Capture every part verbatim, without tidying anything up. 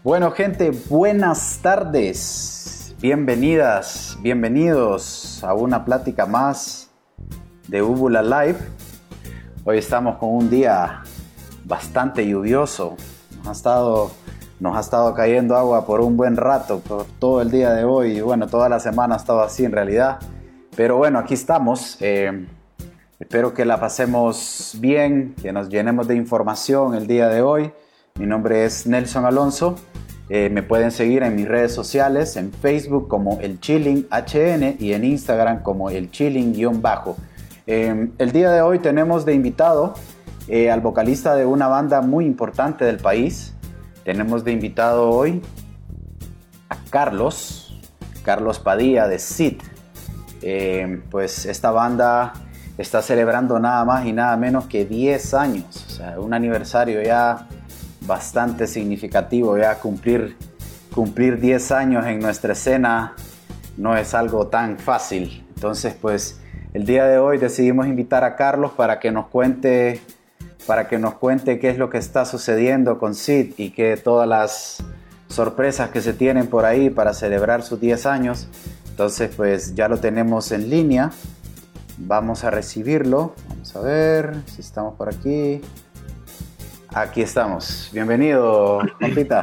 Bueno, gente, buenas tardes. Bienvenidas, bienvenidos a una plática más de Úbula Live. Hoy estamos con un día bastante lluvioso. Nos ha estado, nos ha estado cayendo agua por un buen rato, por todo el día de hoy. Y bueno, toda la semana ha estado así en realidad. Pero bueno, aquí estamos. Eh, espero que la pasemos bien, que nos llenemos de información el día de hoy. Mi nombre es Nelson Alonso. Eh, me pueden seguir en mis redes sociales, en Facebook como El Chilling H N y en Instagram como El Chilling-bajo. Eh, el día de hoy tenemos de invitado eh, al vocalista de una banda muy importante del país. Tenemos de invitado hoy a Carlos, Carlos Padilla de Sid. Eh, pues esta banda está celebrando nada más y nada menos que diez años, o sea, un aniversario ya bastante significativo. Ya cumplir, cumplir diez años en nuestra escena no es algo tan fácil. Entonces, pues, el día de hoy decidimos invitar a Carlos para que nos cuente, para que nos cuente qué es lo que está sucediendo con Sid y que todas las sorpresas que se tienen por ahí para celebrar sus diez años. Entonces, pues, ya lo tenemos en línea. Vamos a recibirlo. Vamos a ver si estamos por aquí. Aquí estamos. Bienvenido, compita.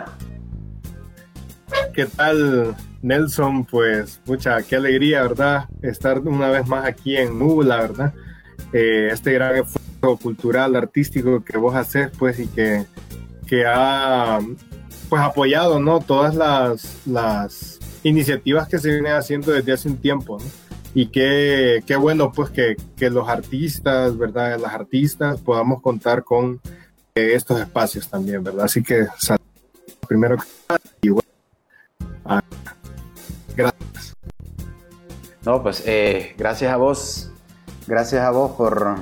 ¿Qué tal, Nelson? Pues, mucha, qué alegría, ¿verdad? Estar una vez más aquí en Úbula, ¿verdad? Eh, este gran esfuerzo cultural, artístico que vos haces, pues, y que, que ha, pues, apoyado, ¿no? Todas las, las iniciativas que se vienen haciendo desde hace un tiempo, ¿no? Y qué, qué bueno, pues, que, que los artistas, ¿verdad? Las artistas podamos contar con estos espacios también, ¿verdad? Así que primero que nada, y bueno, ah, gracias. No, pues eh, gracias a vos, gracias a vos por,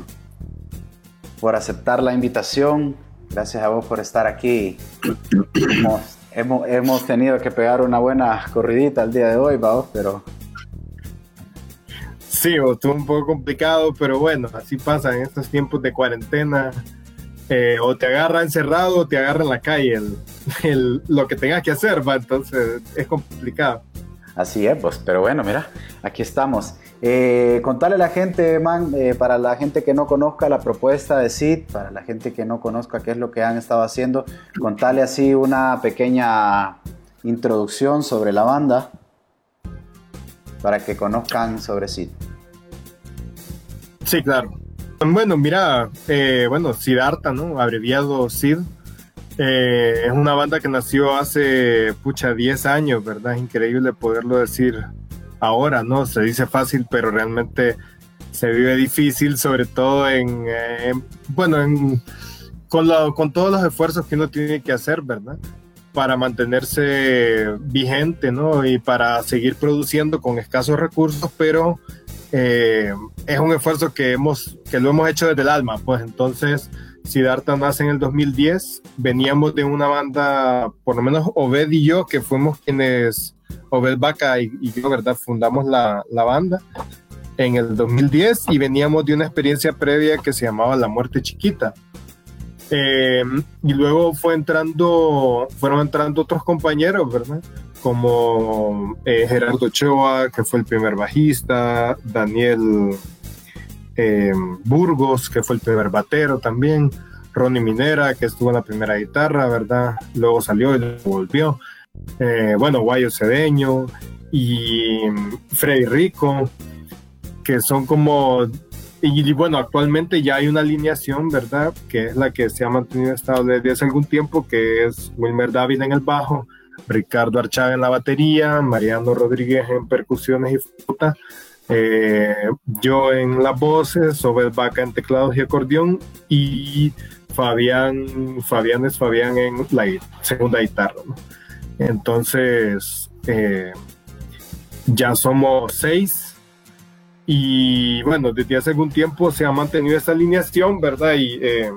por aceptar la invitación, gracias a vos por estar aquí. hemos, hemos, hemos tenido que pegar una buena corridita el día de hoy, vamos, pero... Sí, estuvo un poco complicado, pero bueno, así pasa en estos tiempos de cuarentena. Eh, o te agarra encerrado o te agarra en la calle el, el, lo que tengas que hacer, ¿va? Entonces es complicado. Así es, pues, pero bueno, mira, aquí estamos. Eh, contarle a la gente, man, eh, para la gente que no conozca la propuesta de Sid, para la gente que no conozca qué es lo que han estado haciendo, contarle así una pequeña introducción sobre la banda, para que conozcan sobre Sid. Sí, claro. Bueno, mira, eh, bueno, Siddhartha, ¿no? Abreviado Sid, eh, es una banda que nació hace, pucha, diez años, ¿verdad? Es increíble poderlo decir ahora, ¿no? Se dice fácil, pero realmente se vive difícil, sobre todo en, eh, bueno, en, con, lo, con todos los esfuerzos que uno tiene que hacer, ¿verdad? Para mantenerse vigente, ¿no? Y para seguir produciendo con escasos recursos, pero... Eh, es un esfuerzo que, hemos, que lo hemos hecho desde el alma, pues entonces Siddhartha nace en el dos mil diez, veníamos de una banda, por lo menos Obed y yo, que fuimos quienes, Obed Vaca y, y yo, ¿verdad? Fundamos la, la banda en el dos mil diez y veníamos de una experiencia previa que se llamaba La Muerte Chiquita. Eh, y luego fue entrando, fueron entrando otros compañeros, ¿verdad? Como eh, Gerardo Ochoa, que fue el primer bajista, Daniel eh, Burgos, que fue el primer batero también, Ronnie Minera, que estuvo en la primera guitarra, ¿verdad? Luego salió y luego volvió. Eh, bueno, Guayo Cedeño y Freddy Rico, que son como... Y bueno, actualmente ya hay una alineación, ¿verdad? Que es la que se ha mantenido estable desde hace algún tiempo, que es Wilmer Dávila en el bajo, Ricardo Archaga en la batería, Mariano Rodríguez en percusiones y flauta, eh, yo en las voces, Obed Vaca en teclados y acordeón, y Fabián, Fabián es Fabián en la segunda guitarra, ¿no? Entonces, eh, ya somos seis, y bueno, desde hace algún tiempo se ha mantenido esta alineación, ¿verdad? Y eh,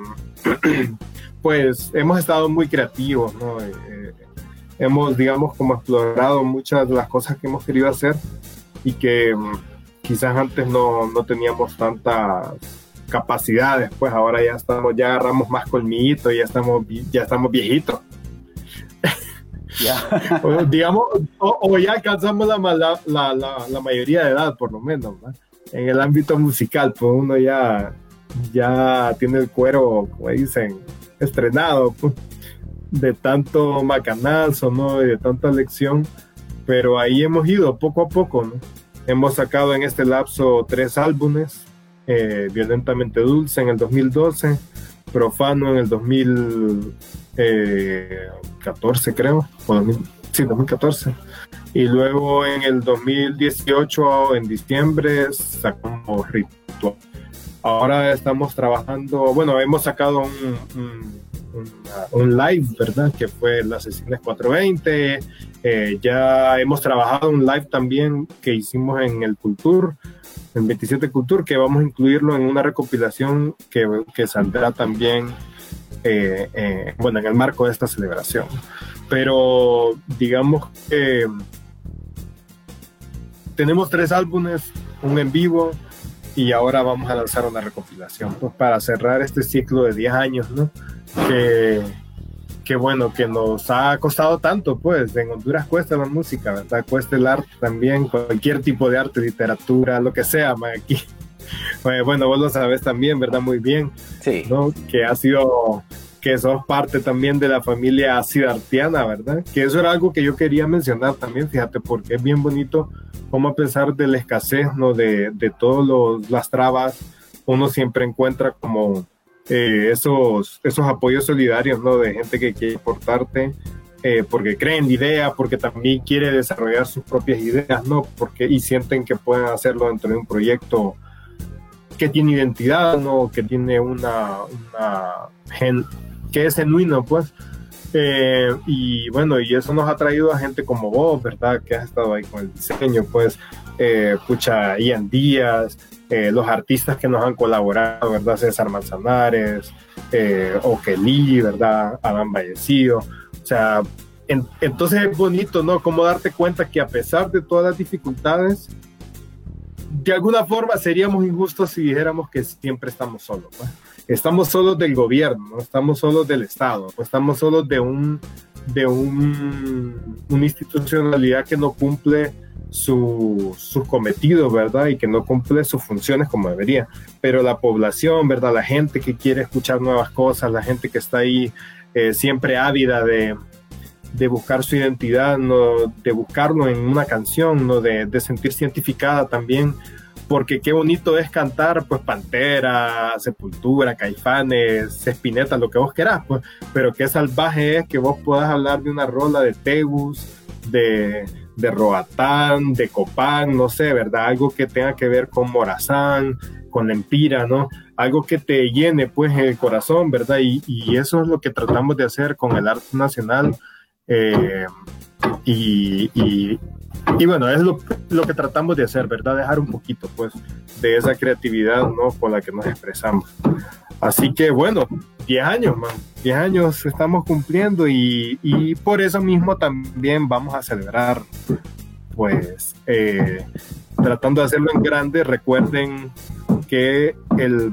pues hemos estado muy creativos, ¿no? Eh, hemos, digamos, como explorado muchas de las cosas que hemos querido hacer y que um, quizás antes no, no teníamos tantas capacidades, pues ahora ya estamos, ya agarramos más colmillito, ya estamos, ya estamos viejitos. Ya. O, digamos, o, o ya alcanzamos la, la, la, la, la mayoría de edad, por lo menos, ¿no? En el ámbito musical, pues uno ya, ya tiene el cuero, como dicen, estrenado, pues, de tanto macanazo, ¿no? Y de tanta lección, pero ahí hemos ido poco a poco, ¿no? Hemos sacado en este lapso tres álbumes, eh, Violentamente Dulce en el dos mil doce, Profano en el dos mil catorce, creo, o dos mil, sí, dos mil catorce, y luego en el dos mil dieciocho, en diciembre, sacamos Ritual. Ahora estamos trabajando, bueno, hemos sacado un, un, un, un live, ¿verdad? Que fue las sesiones cuatrocientos veinte. Eh, ya hemos trabajado un live también que hicimos en el Cultur, en veintisiete Cultur, que vamos a incluirlo en una recopilación que, que saldrá también, eh, eh, bueno, en el marco de esta celebración. Pero digamos que tenemos tres álbumes, un en vivo, y ahora vamos a lanzar una recopilación, pues, para cerrar este ciclo de diez años, ¿no? Que, que bueno, que nos ha costado tanto, pues. En Honduras cuesta la música, ¿verdad? Cuesta el arte también, cualquier tipo de arte, literatura, lo que sea, man, aquí. Bueno, vos lo sabes también, ¿verdad? Muy bien. Sí. ¿No? Que ha sido, que sos parte también de la familia sidartiana, ¿verdad? Que eso era algo que yo quería mencionar también, fíjate, porque es bien bonito cómo, a pesar de la escasez, ¿no? De, de todas las trabas, uno siempre encuentra como eh, esos, esos apoyos solidarios, ¿no? De gente que quiere aportarte, eh, porque cree en la idea, porque también quiere desarrollar sus propias ideas, ¿no? Porque, y sienten que pueden hacerlo dentro de un proyecto que tiene identidad, ¿no? Que tiene una, una gen, que es genuino, pues. Eh, y bueno, y eso nos ha traído a gente como vos, ¿verdad? Que has estado ahí con el diseño, pues, eh, pucha, Ian Díaz, eh, los artistas que nos han colaborado, ¿verdad? César Manzanares, eh, Okelí, ¿verdad? Adán Vallecillo. O sea, en, entonces es bonito, ¿no? Como darte cuenta que, a pesar de todas las dificultades, de alguna forma seríamos injustos si dijéramos que siempre estamos solos, ¿no? Estamos solos del gobierno, ¿no? Estamos solos del Estado, ¿no? Estamos solos de un de un, una institucionalidad que no cumple su, sus cometidos, ¿verdad? Y que no cumple sus funciones como debería. Pero la población, ¿verdad? La gente que quiere escuchar nuevas cosas, la gente que está ahí eh, siempre ávida de, de buscar su identidad, ¿no? De buscarlo en una canción, ¿no? De, de sentirse identificada también. Porque qué bonito es cantar, pues, Pantera, Sepultura, Caifanes, Spinetta, lo que vos querás, pues, pero qué salvaje es que vos puedas hablar de una rola de Tegus, de, de Roatán, de Copán, no sé, ¿verdad? Algo que tenga que ver con Morazán, con Empira, ¿no? Algo que te llene, pues, el corazón, ¿verdad? Y, y eso es lo que tratamos de hacer con el arte nacional. Eh, y, y Y bueno, es lo, lo que tratamos de hacer, ¿verdad? Dejar un poquito, pues, de esa creatividad, ¿no? Con la que nos expresamos. Así que, bueno, diez años, man. diez años estamos cumpliendo y, y por eso mismo también vamos a celebrar, pues, eh, tratando de hacerlo en grande. Recuerden que el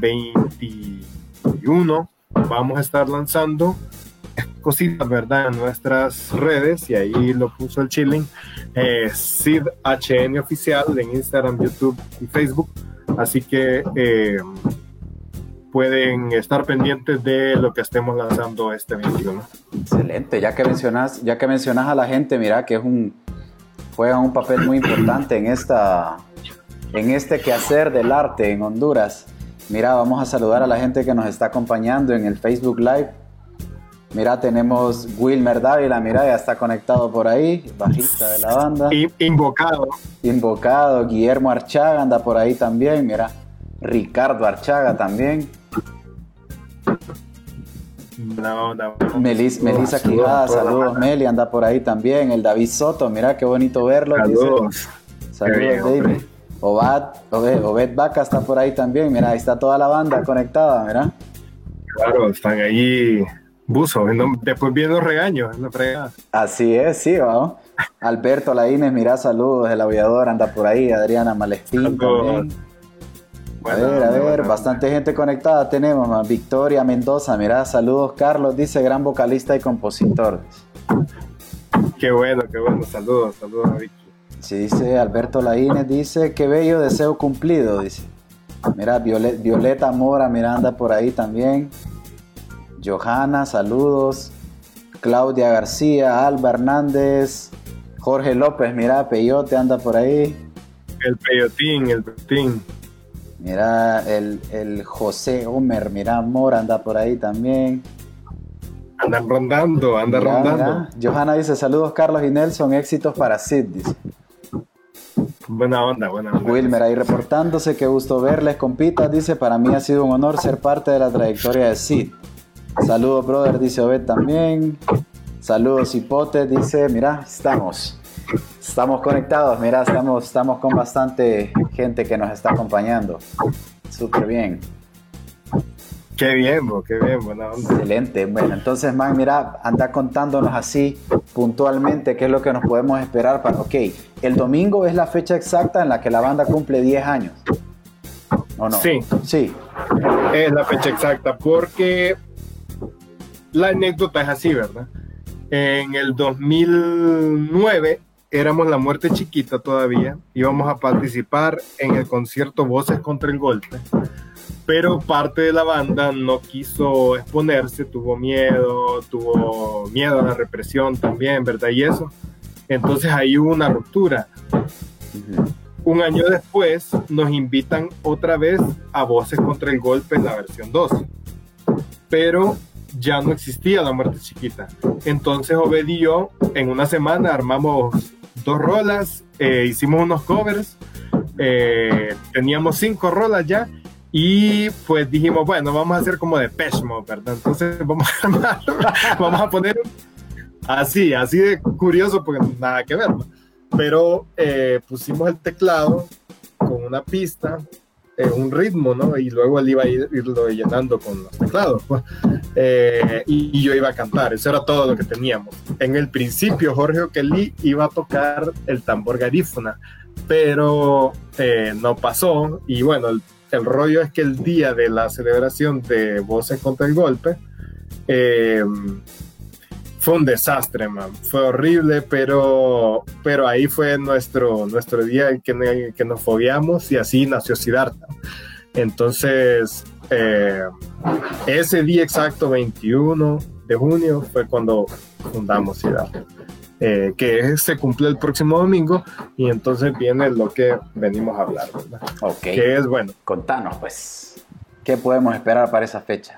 veintiuno vamos a estar lanzando cositas, ¿verdad? En nuestras redes, y ahí lo puso el Chilling, eh, Sid H N Oficial en Instagram, YouTube y Facebook. Así que eh, pueden estar pendientes de lo que estemos lanzando este veintiuno. Excelente, ya que mencionas, ya que mencionas a la gente, mira que es un juega un papel muy importante en esta en este quehacer del arte en Honduras. Mira, vamos a saludar a la gente que nos está acompañando en el Facebook Live. Mira, tenemos Wilmer Dávila, mira, ya está conectado por ahí, bajista de la banda. Invocado. Invocado, Guillermo Archaga anda por ahí también, mira. Ricardo Archaga también. No, no. Melis, Melissa Quijada, saludos, Meli, anda por ahí también. El David Soto, mira, qué bonito verlo. Saludos. Dice, saludos, David. Obed, Obed, Obed Vaca está por ahí también, mira, ahí está toda la banda conectada, mira. Claro, están ahí... Buzo, después vienen los regaños, la fregada. Así es, sí, vamos. Alberto Laínez, mira, saludos, el aviador anda por ahí, Adriana Malestín también. Bueno, a ver, a ver, bueno, bastante bueno. Gente conectada tenemos, man. Victoria Mendoza, mira, saludos, Carlos, dice, gran vocalista y compositor. Qué bueno, qué bueno. Saludos, saludos a Vicky. Sí, dice Alberto Laínez, dice, qué bello deseo cumplido, dice. Mira, Violet, Violeta Mora, mira, anda por ahí también. Johanna, saludos. Claudia García, Alba Hernández, Jorge López, mira, Peyote anda por ahí. El Peyotín, el Peyotín. Mira, el, el José Homer, mira, Mora anda por ahí también. Andan rondando, andan mira, rondando. Mira. Johanna dice, saludos Carlos y Nelson, éxitos para Sid, dice. Buena onda, buena onda. Wilmer ahí reportándose, qué gusto verles, compitas, dice, para mí ha sido un honor ser parte de la trayectoria de Sid. Saludos, brother, dice Obed también. Saludos, Hipote, dice, mira, estamos, estamos conectados, mira, estamos, estamos con bastante gente que nos está acompañando. Súper bien. Qué bien, bro, qué bien, buena onda. Excelente, bueno, entonces, man, mira, anda contándonos así puntualmente qué es lo que nos podemos esperar para, ok, el domingo es la fecha exacta en la que la banda cumple diez años. ¿O no? Sí. Sí. Es la fecha exacta, porque la anécdota es así, ¿verdad? En el dos mil nueve éramos La Muerte Chiquita todavía, íbamos a participar en el concierto Voces contra el Golpe, pero parte de la banda no quiso exponerse, tuvo miedo, tuvo miedo a la represión también, ¿verdad? Y eso, entonces ahí hubo una ruptura. Uh-huh. Un año después nos invitan otra vez a Voces contra el Golpe en la versión dos, pero ya no existía La Muerte Chiquita. Entonces Obed y yo en una semana armamos dos rolas, eh, hicimos unos covers, eh, teníamos cinco rolas ya, y pues dijimos, bueno, vamos a hacer como de Depeche Mode, ¿verdad? Entonces vamos a armar, vamos a poner así, así de curioso, porque nada que ver, ¿no? Pero eh, pusimos el teclado con una pista, eh, un ritmo, ¿no? Y luego él iba a ir, irlo llenando con los teclados, pues. eh, y, y yo iba a cantar, eso era todo lo que teníamos. En el principio Jorge Oquelí iba a tocar el tambor garífuna, pero eh, no pasó, y bueno, el, el rollo es que el día de la celebración de Voces contra el Golpe, eh, fue un desastre, man. Fue horrible, pero, pero ahí fue nuestro, nuestro día en que, que nos fogueamos, y así nació Siddhartha. Entonces, eh, ese día exacto, veintiuno de junio, fue cuando fundamos Siddhartha. Eh, que se cumple el próximo domingo, y entonces viene lo que venimos a hablar, ¿verdad? Ok. Que es, bueno. Contanos, pues, ¿qué podemos esperar para esa fecha?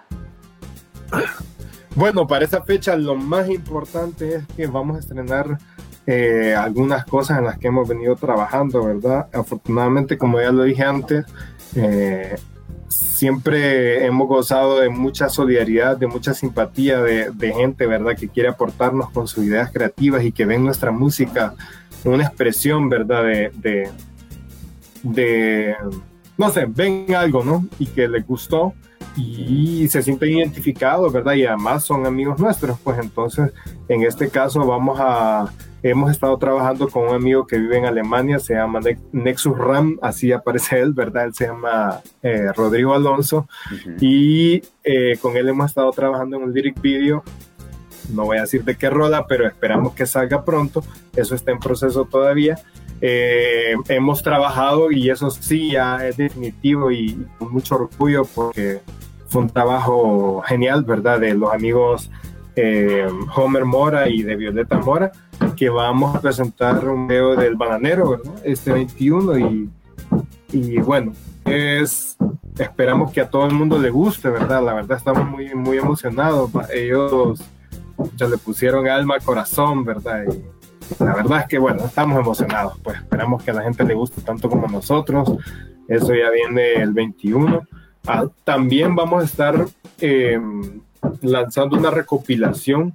Bueno, para esa fecha lo más importante es que vamos a estrenar eh, algunas cosas en las que hemos venido trabajando, ¿verdad? Afortunadamente, como ya lo dije antes, eh, siempre hemos gozado de mucha solidaridad, de mucha simpatía de, de gente, ¿verdad? Que quiere aportarnos con sus ideas creativas y que ven nuestra música una expresión, ¿verdad? De, de, de no sé, ven algo, ¿no? Y que les gustó y se sienten identificados, ¿verdad? Y además son amigos nuestros, pues entonces en este caso vamos a, hemos estado trabajando con un amigo que vive en Alemania, se llama Nexus Ram, así aparece él, ¿verdad? Él se llama eh, Rodrigo Alonso, uh-huh. y eh, con él hemos estado trabajando en un lyric video, no voy a decir de qué rola, pero esperamos que salga pronto, eso está en proceso todavía. Eh, hemos trabajado, y eso sí ya es definitivo y con mucho orgullo, porque fue un trabajo genial, ¿verdad? De los amigos eh, Homer Mora y de Violeta Mora, que vamos a presentar un video del Bananero, ¿verdad? Este veintiuno, y, y bueno, es, esperamos que a todo el mundo le guste, ¿verdad? La verdad estamos muy, muy emocionados. Ellos ya le pusieron alma, corazón, ¿verdad? Y la verdad es que, bueno, estamos emocionados, pues esperamos que a la gente le guste tanto como nosotros. Eso ya viene el veintiuno. Ah, también vamos a estar eh, lanzando una recopilación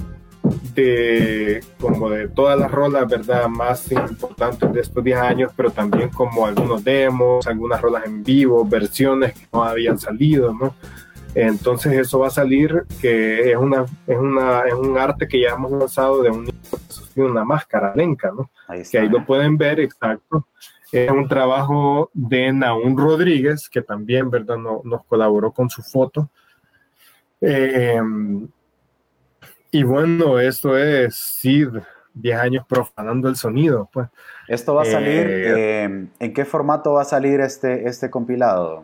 de como de todas las rolas, ¿verdad? Más importantes de estos diez años, pero también como algunos demos, algunas rolas en vivo, versiones que no habían salido, ¿no? Entonces eso va a salir, que es una es una es un arte que ya hemos lanzado de un una máscara lenca, ¿no? Ahí está, que ahí lo pueden ver, exacto. Es un trabajo de Naún Rodríguez, que también, ¿verdad?, no, nos colaboró con su foto. Eh, y bueno, esto es Sid diez años profanando el sonido, pues. Esto va a salir, Eh, eh, ¿en qué formato va a salir este, este compilado?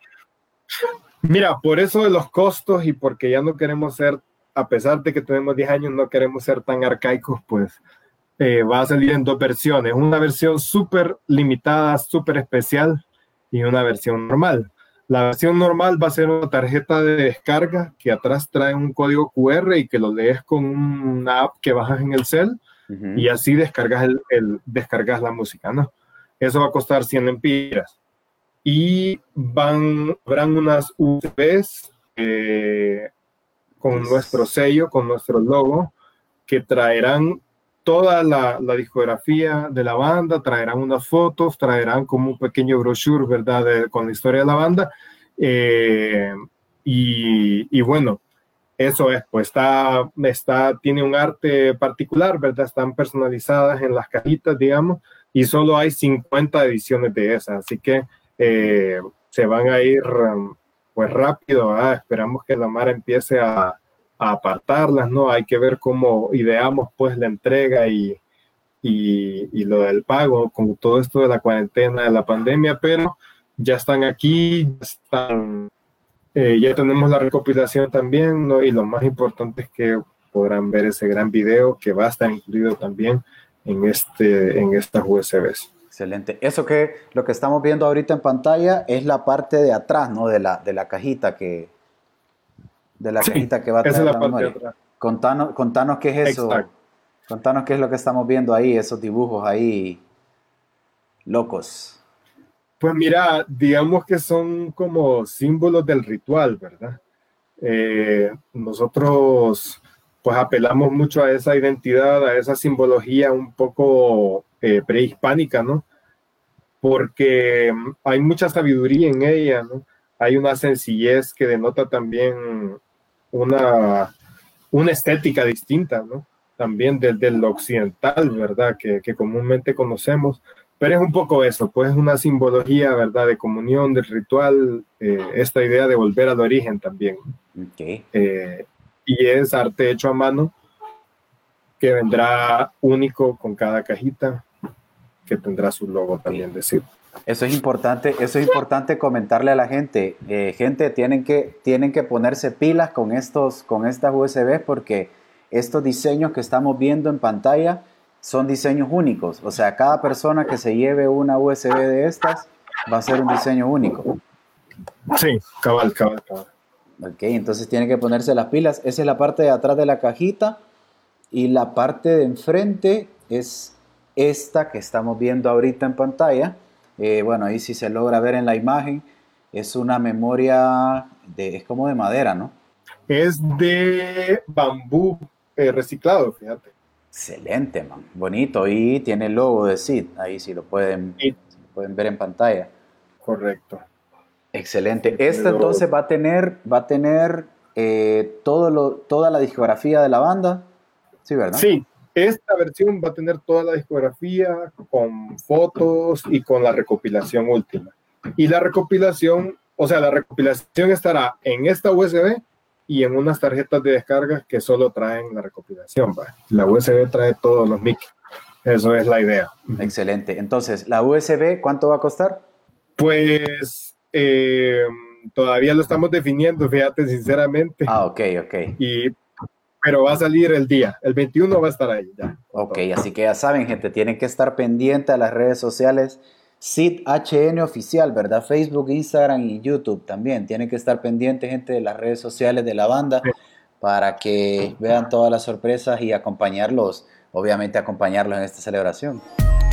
Mira, por eso de los costos y porque ya no queremos ser, a pesar de que tenemos diez años, no queremos ser tan arcaicos, pues eh, va a salir en dos versiones. Una versión súper limitada, súper especial y una versión normal. La versión normal va a ser una tarjeta de descarga que atrás trae un código Q R y que lo lees con una app que bajas en el cel Uh-huh. y así descargas, el, el, descargas la música, ¿no? Eso va a costar cien lempiras. Y van, habrán unas U S Bs eh, con Yes. nuestro sello, con nuestro logo, que traerán toda la, la discografía de la banda, traerán unas fotos, traerán como un pequeño brochure, ¿verdad?, de, con la historia de la banda. Eh, y, y bueno, eso es, pues está, está, tiene un arte particular, ¿verdad? Están personalizadas en las cajitas, digamos, y solo hay cincuenta ediciones de esas, así que eh, se van a ir pues rápido, ¿verdad? Esperamos que la Mara empiece a, a apartarlas, ¿no? Hay que ver cómo ideamos pues la entrega y, y, y lo del pago con todo esto de la cuarentena, de la pandemia, pero ya están aquí, ya están... Eh, ya tenemos la recopilación también, ¿no? Y lo más importante es que podrán ver ese gran video que va a estar incluido también en, este, en estas U S Bs. Excelente. Eso que lo que estamos viendo ahorita en pantalla es la parte de atrás, ¿no? De la, de la cajita que de la Sí, cajita que va a esa traer es la la parte de memoria. atrás. Contanos, contanos qué es eso. Exacto. Contanos qué es lo que estamos viendo ahí, esos dibujos ahí locos. Pues mira, digamos que son como símbolos del ritual, ¿verdad? Eh, nosotros pues apelamos mucho a esa identidad, a esa simbología un poco eh, prehispánica, ¿no? Porque hay mucha sabiduría en ella, ¿no? Hay una sencillez que denota también una, una estética distinta, ¿no? También desde el occidental, ¿verdad? Que, que comúnmente conocemos. Pero es un poco eso, pues es una simbología, ¿verdad? De comunión, del ritual, eh, esta idea de volver al origen también. Okay. Eh, y es arte hecho a mano, que vendrá único con cada cajita, que tendrá su logo Okay. también, decir. Eso es importante, eso es importante comentarle a la gente. Eh, gente, tienen que, tienen que ponerse pilas con, estos, con estas U S Bs porque estos diseños que estamos viendo en pantalla son diseños únicos. O sea, cada persona que se lleve una U S B de estas va a ser un diseño único. Sí, cabal, cabal, cabal. Ok, entonces tienen que ponerse las pilas. Esa es la parte de atrás de la cajita y la parte de enfrente es esta que estamos viendo ahorita en pantalla. Eh, bueno, ahí sí se logra ver en la imagen. Es una memoria, de, es como de madera, ¿no? Es de bambú eh, reciclado, fíjate. Excelente, man. Bonito. Y tiene el logo de S I D. Ahí sí lo pueden, Sí. sí lo pueden ver en pantalla. Correcto. Excelente. Sí, Esta entonces va a tener, va a tener eh, todo lo, toda la discografía de la banda. Sí, ¿verdad? Sí, esta versión va a tener toda la discografía con fotos y con la recopilación última. Y la recopilación, o sea, la recopilación estará en esta U S B y en unas tarjetas de descarga que solo traen la recopilación. ¿Va? La U S B trae todos los mix. Eso es la idea. Excelente. Entonces, ¿la U S B cuánto va a costar? Pues eh, todavía lo estamos definiendo, fíjate, sinceramente. Ah, ok, ok. Y, pero va a salir el día. El veintiuno va a estar ahí ya. Ok, así que ya saben, gente, tienen que estar pendientes a las redes sociales S I D H N Oficial, ¿verdad? Facebook, Instagram y YouTube también. Tienen que estar pendientes, gente, de las redes sociales de la banda Sí. para que vean todas las sorpresas y acompañarlos, obviamente acompañarlos en esta celebración.